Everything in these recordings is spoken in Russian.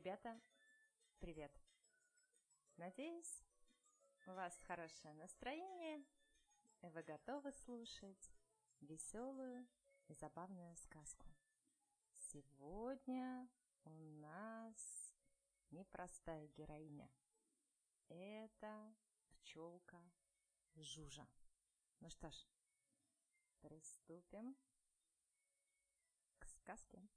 Ребята, привет! Надеюсь, у вас хорошее настроение, и вы готовы слушать веселую и забавную сказку. Сегодня у нас непростая героиня. Это пчелка Жужа. Ну что ж, приступим к сказке.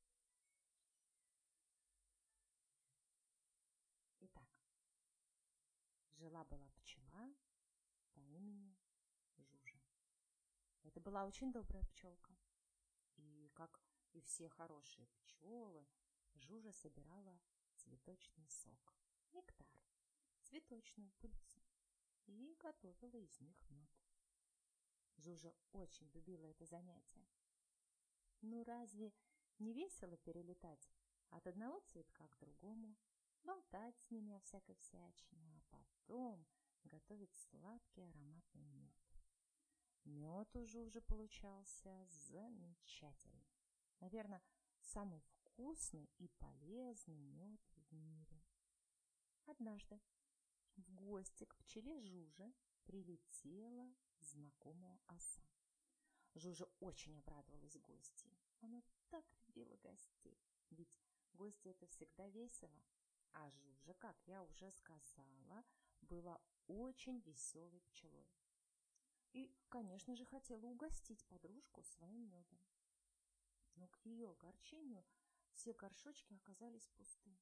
Итак, жила-была пчела по имени Жужа. Это была очень добрая пчелка. И, как и все хорошие пчелы, Жужа собирала цветочный сок, нектар, цветочную пыльцу и готовила из них мед. Жужа очень любила это занятие. Ну разве не весело перелетать от одного цветка к другому, болтать с ними о всякой всячине, а потом готовить сладкий ароматный мед. Мед у Жужи получался замечательный. Наверное, самый вкусный и полезный мед в мире. Однажды в гости к пчеле Жуже прилетела знакомая оса. Жужа очень обрадовалась гостье. Она так любила гостей, ведь гости — это всегда весело. А Жужа, как я уже сказала, была очень веселой пчелой. И, конечно же, хотела угостить подружку своим медом. Но к ее огорчению все горшочки оказались пусты.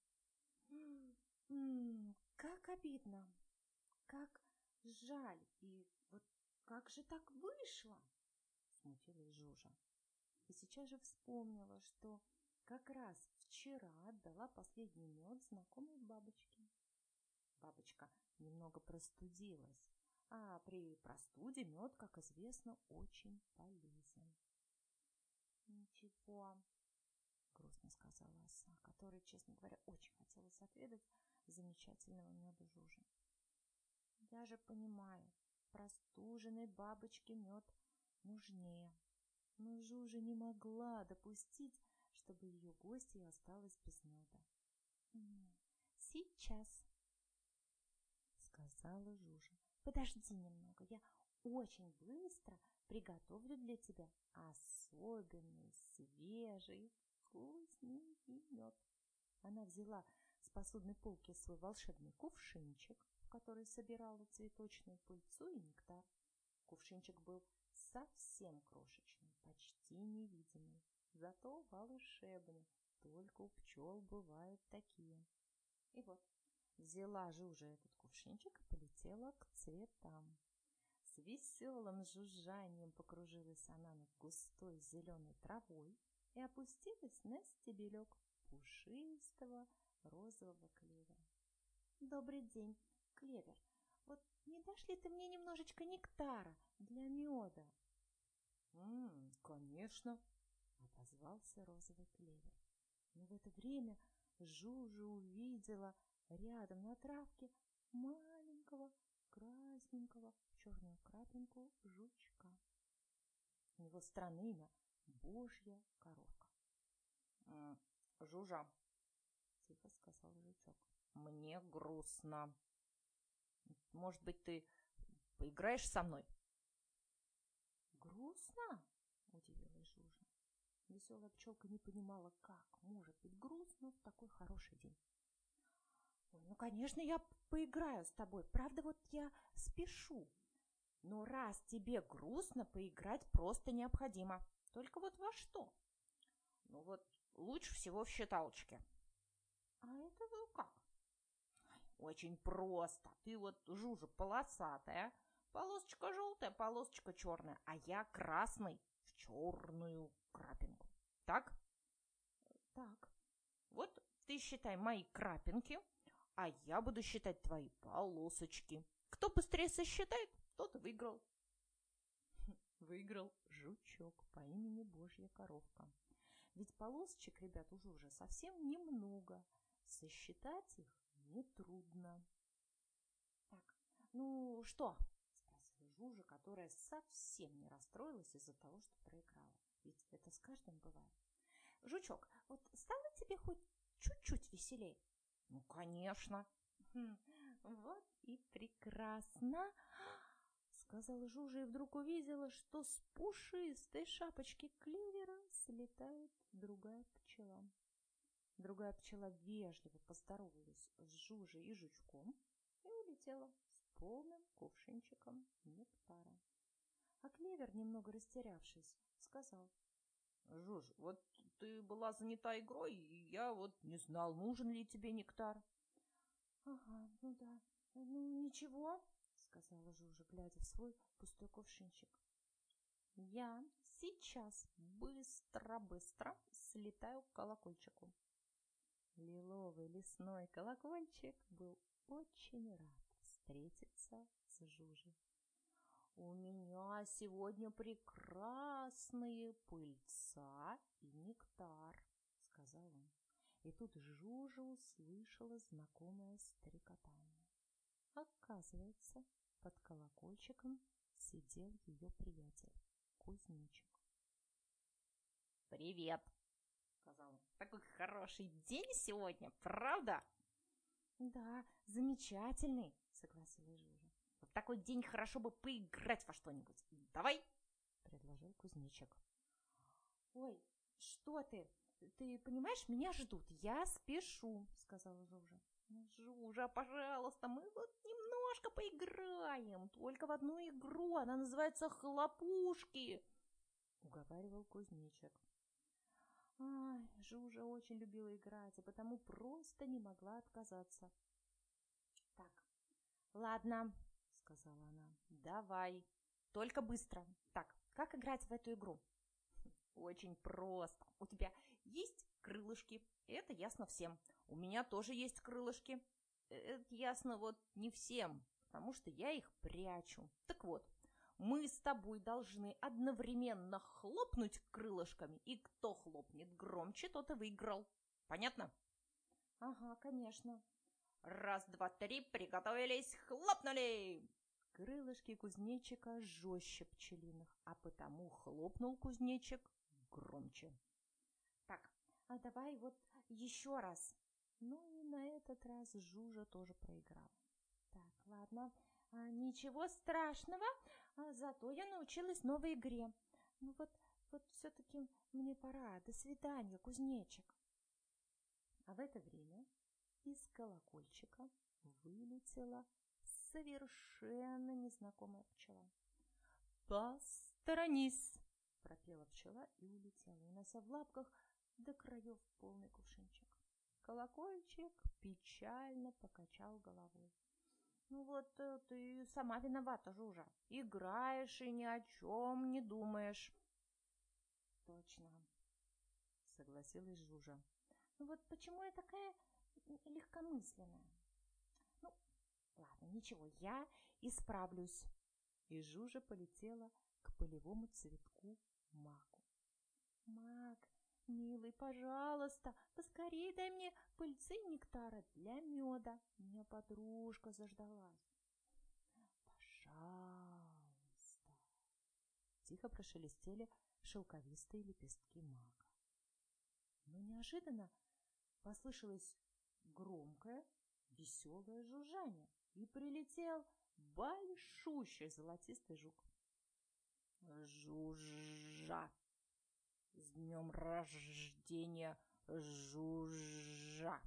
Как обидно, как жаль, и вот как же так вышло? Смутилась Жужа. И сейчас же вспомнила, что как раз вчера отдала последний мед знакомой бабочке. Бабочка немного простудилась, а при простуде мед, как известно, очень полезен. Ничего, грустно сказала оса, которой, честно говоря, очень хотелось отведать замечательного меда Жужи. Я же понимаю, простуженной бабочке мед нужнее. Но Жужа не могла допустить, чтобы ее гостья осталась без меда. «Сейчас», — сказала Жужа. «Подожди немного, я очень быстро приготовлю для тебя особенный, свежий, вкусненький мед». Она взяла с посудной полки свой волшебный кувшинчик, в который собирала цветочную пыльцу и нектар. Кувшинчик был совсем крошечный, почти невидимый, зато волшебный. Только у пчел бывают такие. И вот взяла Жужа этот кувшинчик и полетела к цветам. С веселым жужжанием покружилась она над густой зеленой травой и опустилась на стебелек пушистого розового клевера. «Добрый день, клевер! Вот не дашь ли ты мне немножечко нектара для меда?» «Конечно!» — отозвался розовый клевер. Но в это время Жужа увидела рядом на травке маленького красненького черную крапинку жучка. У него странное имя — Божья коровка. «Жужа», — тихо сказал жучок, — «мне грустно. Может быть, ты поиграешь со мной?» «Грустно?» — удивилась Жужа. Веселая пчелка не понимала, как может быть грустно в такой хороший день. «Ой, ну, конечно, я поиграю с тобой. Правда, вот я спешу. Но раз тебе грустно, поиграть просто необходимо. Только вот во что?» «Ну вот лучше всего в считалочке». «А это ну как?» «Очень просто. Ты вот, Жужа, полосатая, полосочка желтая, полосочка черная, а я красный в черную крапинку. Так?» «Так». «Вот ты считай мои крапинки, а я буду считать твои полосочки. Кто быстрее сосчитает, тот и выиграл». Выиграл жучок по имени Божья коровка. Ведь полосочек, ребят, уже совсем немного. Сосчитать их нетрудно. «Так, ну что?» — спросила Жужа, которая совсем не расстроилась из-за того, что проиграла. Ведь это с каждым бывает. «Жучок, вот стало тебе хоть чуть-чуть веселее. Ну, конечно. Вот и прекрасно, сказала Жужа и вдруг увидела, что с пушистой шапочки клевера слетает другая пчела. Другая пчела вежливо поздоровалась с Жужей и жучком и улетела с полным кувшинчиком нектара. А клевер, немного растерявшись, сказал: Жуж, вот ты была занята игрой, и я вот не знал, нужен ли тебе нектар. Ага, ну да, ну ничего, сказала Жужа, глядя в свой пустой кувшинчик. Я сейчас быстро-быстро слетаю к колокольчику. Лиловый лесной колокольчик был очень рад встретиться с Жужей. У меня сегодня прекрасные пыльца и нектар, сказал он. И тут Жужа услышала знакомое стрекотание. Оказывается, под колокольчиком сидел ее приятель, кузнечик. «Привет!» — сказал он. «Такой хороший день сегодня, правда?» «Да, замечательный!» — согласилась Жужа. «В такой день хорошо бы поиграть во что-нибудь. Давай!» — предложил кузнечик. «Ой, что ты? Ты понимаешь, меня ждут. Я спешу!» — сказала Жужа. «Жужа, пожалуйста, мы вот немножко поиграем. Только в одну игру. Она называется «Хлопушки», — уговаривал кузнечик. Ай, Жужа очень любила играть, и потому просто не могла отказаться. «Так, ладно», — сказала она, — «давай, только быстро. Так, как играть в эту игру?» «Очень просто. У тебя есть крылышки, это ясно всем. У меня тоже есть крылышки. Это ясно вот не всем, потому что я их прячу. Так вот, мы с тобой должны одновременно хлопнуть крылышками, и кто хлопнет громче, тот и выиграл. Понятно?» «Ага, конечно». «Раз, два, три, приготовились, хлопнули!» Крылышки кузнечика жестче пчелиных, а потому хлопнул кузнечик громче. «Так, а давай вот еще раз». Ну и на этот раз Жужа тоже проиграла. «Так, ладно, ничего страшного, зато я научилась новой игре. Ну вот все-таки мне пора. До свидания, кузнечик». А в это время из колокольчика вылетела совершенно незнакомая пчела. «Посторонись!» — пропела пчела и улетела, унося в лапках до краев полный кувшинчик. Колокольчик печально покачал головой. «Ну вот ты сама виновата, Жужа. Играешь и ни о чем не думаешь». «Точно», — согласилась Жужа. «Ну вот почему я такая легкомысленная? Ну, ладно, ничего, я исправлюсь». И Жужа полетела к полевому цветку маку. «Мак, милый, пожалуйста, поскорей дай мне пыльцы и нектара для меда. У меня подружка заждалась». «Пожалуйста». Тихо прошелестели шелковистые лепестки мака. Но неожиданно послышалось громкое, веселое жужжание, и прилетел большущий золотистый жук. «Жужжа! С днем рождения, Жужжа!»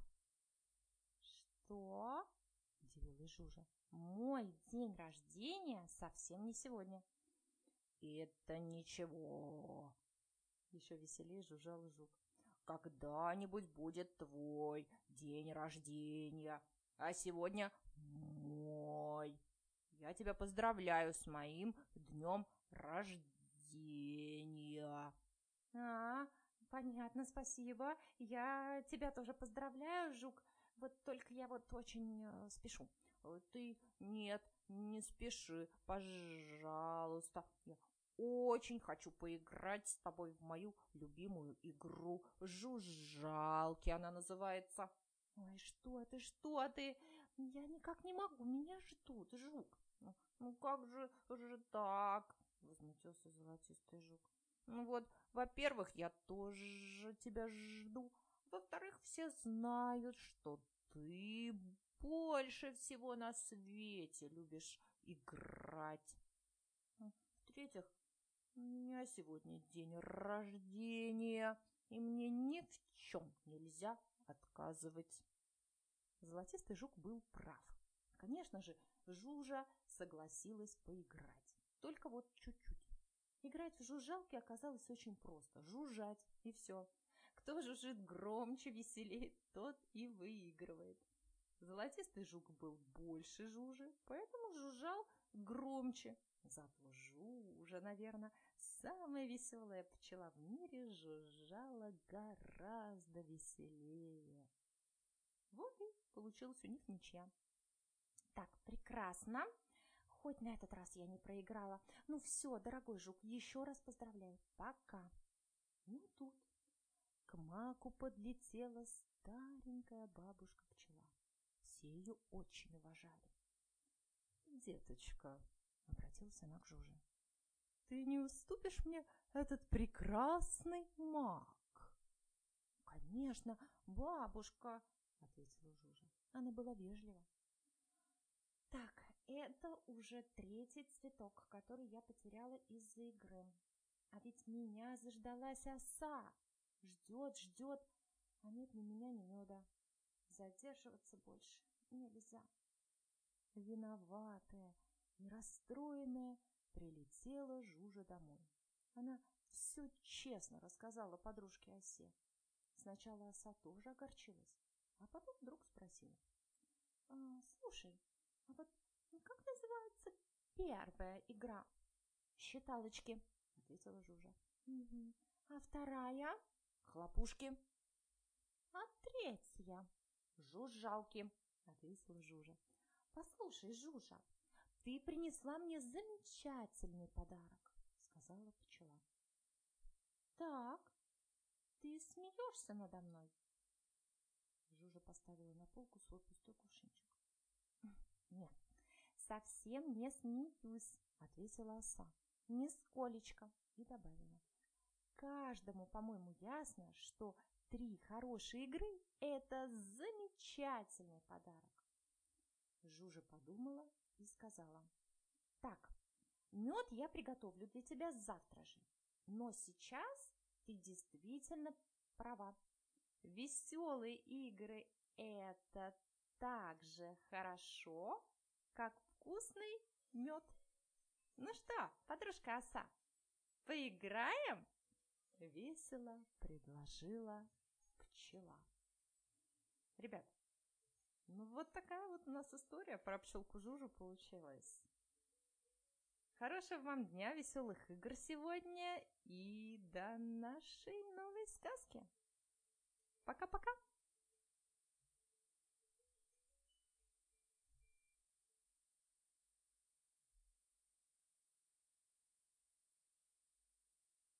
«Что?» — удивилась Жужа. «Мой день рождения совсем не сегодня». «Это ничего!» — еще веселее жужжал жук. «Когда-нибудь будет твой день рождения, а сегодня мой. Я тебя поздравляю с моим днем рождения». Понятно, спасибо. Я тебя тоже поздравляю, жук. Вот только я вот очень спешу. Ты нет, не спеши, пожалуйста. Я очень хочу поиграть с тобой в мою любимую игру. Жужжалки она называется. Ой, что ты? Я никак не могу, меня ждут, жук. Ну как же так? Возмутился золотистый жук. Ну вот, во-первых, я тоже тебя жду. Во-вторых, все знают, что ты больше всего на свете любишь играть. В-третьих, у меня сегодня день рождения, и мне ни в чем нельзя отказывать. Золотистый жук был прав. Конечно же, Жужа согласилась поиграть. Только вот чуть-чуть. Играть в жужжалки оказалось очень просто. Жужжать, и все. Кто жужжит громче, веселее, тот и выигрывает. Золотистый жук был больше Жужи, поэтому жужжал громче. Зато Жужа, наверное, самая веселая пчела в мире, жужжала гораздо веселее. Вот и получилась у них ничья. Так, прекрасно. Хоть на этот раз я не проиграла. Ну все, дорогой жук, еще раз поздравляю. Пока. Ну тут к маку подлетела старенькая бабушка-пчела. Все ее очень уважали. «Деточка», — обратилась она к Жуже, — «ты не уступишь мне этот прекрасный мак?» «Конечно, бабушка», — ответила Жужа. Она была вежлива. Так, это уже третий цветок, который я потеряла из-за игры. А ведь меня заждалась оса. Ждет, а нет ни меня, ни меда. Задерживаться больше нельзя. Виноватая и расстроенная прилетела Жужа домой. Она все честно рассказала подружке осе. Сначала оса тоже огорчилась, а потом вдруг спросила. «Слушай, а вот как называется первая игра?» «Считалочки», — ответила Жужа. «Угу. А вторая?» «Хлопушки». «А третья?» «Жужжалки», — ответила Жужа. «Послушай, Жужа, ты принесла мне замечательный подарок», — сказала пчела. «Так, ты смеешься надо мной?» Жужа поставила на полку свой пустой кувшинчик. «Нет, совсем не смеюсь», — ответила оса. «Нисколечко», и добавила. «Каждому, по-моему, ясно, что 3 хорошие игры – это замечательный подарок». Жужа подумала и сказала. «Так, мед я приготовлю для тебя завтра же, но сейчас ты действительно права. Веселые игры – это так же хорошо, как вкусный мед. Ну что, подружка оса, поиграем?» Весело предложила пчела. Ребят, ну вот такая вот у нас история про пчелку Жужу получилась. Хорошего вам дня, веселых игр сегодня и до нашей новой сказки. Пока-пока!